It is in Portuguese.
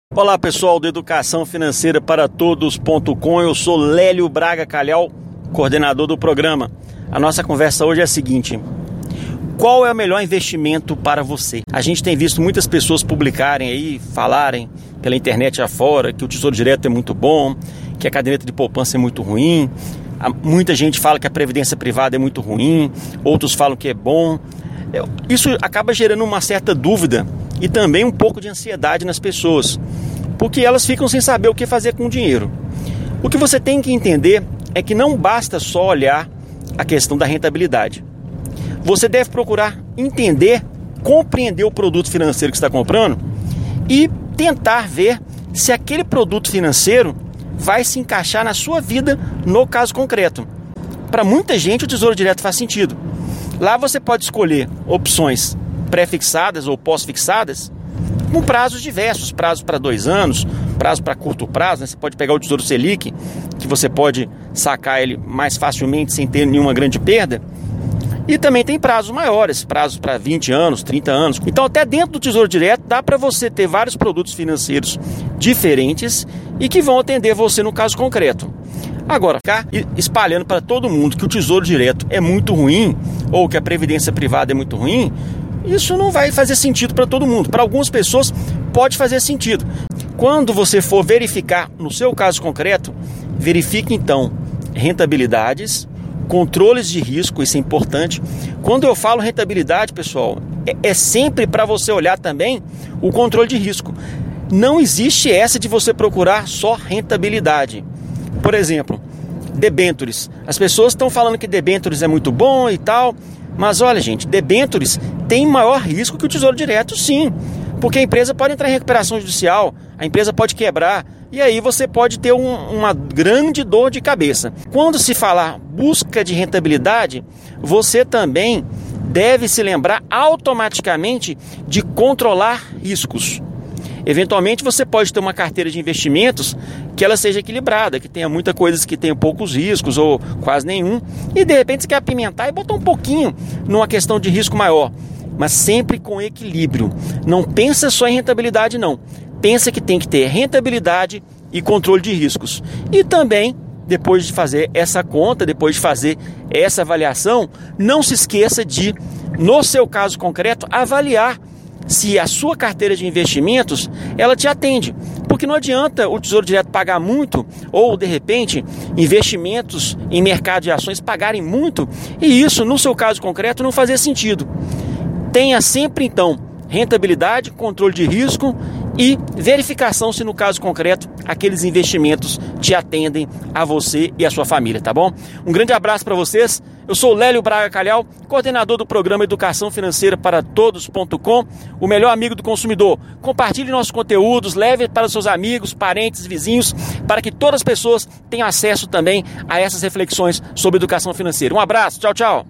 Olá pessoal do Educação Financeira para Todos.com, eu sou Lélio Braga Calhau, coordenador do programa. A nossa conversa hoje é a seguinte: qual é o melhor investimento para você? A gente tem visto muitas pessoas publicarem aí, falarem pela internet afora que o Tesouro Direto é muito bom, que a caderneta de poupança é muito ruim. Muita gente fala que a previdência privada é muito ruim, outros falam que é bom. Isso acaba gerando uma certa dúvida e também um pouco de ansiedade nas pessoas, porque elas ficam sem saber o que fazer com o dinheiro. O que você tem que entender é que não basta só olhar a questão da rentabilidade. Você deve procurar entender, compreender o produto financeiro que está comprando e tentar ver se aquele produto financeiro vai se encaixar na sua vida no caso concreto. Para muita gente o Tesouro Direto faz sentido. Lá você pode escolher opções pré-fixadas ou pós-fixadas com prazos diversos, prazo para 2 anos, prazo para curto prazo, né? Você pode pegar o Tesouro Selic, que você pode sacar ele mais facilmente sem ter nenhuma grande perda. E também tem prazos maiores, prazos para 20 anos, 30 anos. Então até dentro do Tesouro Direto dá para você ter vários produtos financeiros diferentes e que vão atender você no caso concreto. Agora, ficar espalhando para todo mundo que o Tesouro Direto é muito ruim ou que a previdência privada é muito ruim, isso não vai fazer sentido para todo mundo. Para algumas pessoas pode fazer sentido. Quando você for verificar no seu caso concreto, verifique então rentabilidades, controles de risco, isso é importante. Quando eu falo rentabilidade, pessoal, é sempre para você olhar também o controle de risco. Não existe essa de você procurar só rentabilidade. Por exemplo, debêntures. As pessoas estão falando que debêntures é muito bom e tal, mas olha, gente, debêntures tem maior risco que o Tesouro Direto, sim. Porque a empresa pode entrar em recuperação judicial, a empresa pode quebrar, e aí você pode ter uma grande dor de cabeça. Quando se falar busca de rentabilidade, você também deve se lembrar automaticamente de controlar riscos. Eventualmente você pode ter uma carteira de investimentos que ela seja equilibrada, que tenha muitas coisas que tenham poucos riscos ou quase nenhum, e de repente você quer apimentar e botar um pouquinho numa questão de risco maior, mas sempre com equilíbrio. Não pensa só em rentabilidade não, pensa que tem que ter rentabilidade e controle de riscos. E também, depois de fazer essa conta, depois de fazer essa avaliação, não se esqueça de, no seu caso concreto, avaliar se a sua carteira de investimentos, ela te atende. Porque não adianta o Tesouro Direto pagar muito, ou de repente, investimentos em mercado de ações pagarem muito, e isso, no seu caso concreto, não fazer sentido. Tenha sempre, então, rentabilidade, controle de risco e verificação se no caso concreto aqueles investimentos te atendem a você e a sua família, tá bom? Um grande abraço para vocês. Eu sou Lélio Braga Calhau, coordenador do programa Educação Financeira para Todos.com, o melhor amigo do consumidor. Compartilhe nossos conteúdos, leve para seus amigos, parentes, vizinhos, para que todas as pessoas tenham acesso também a essas reflexões sobre educação financeira. Um abraço, tchau, tchau.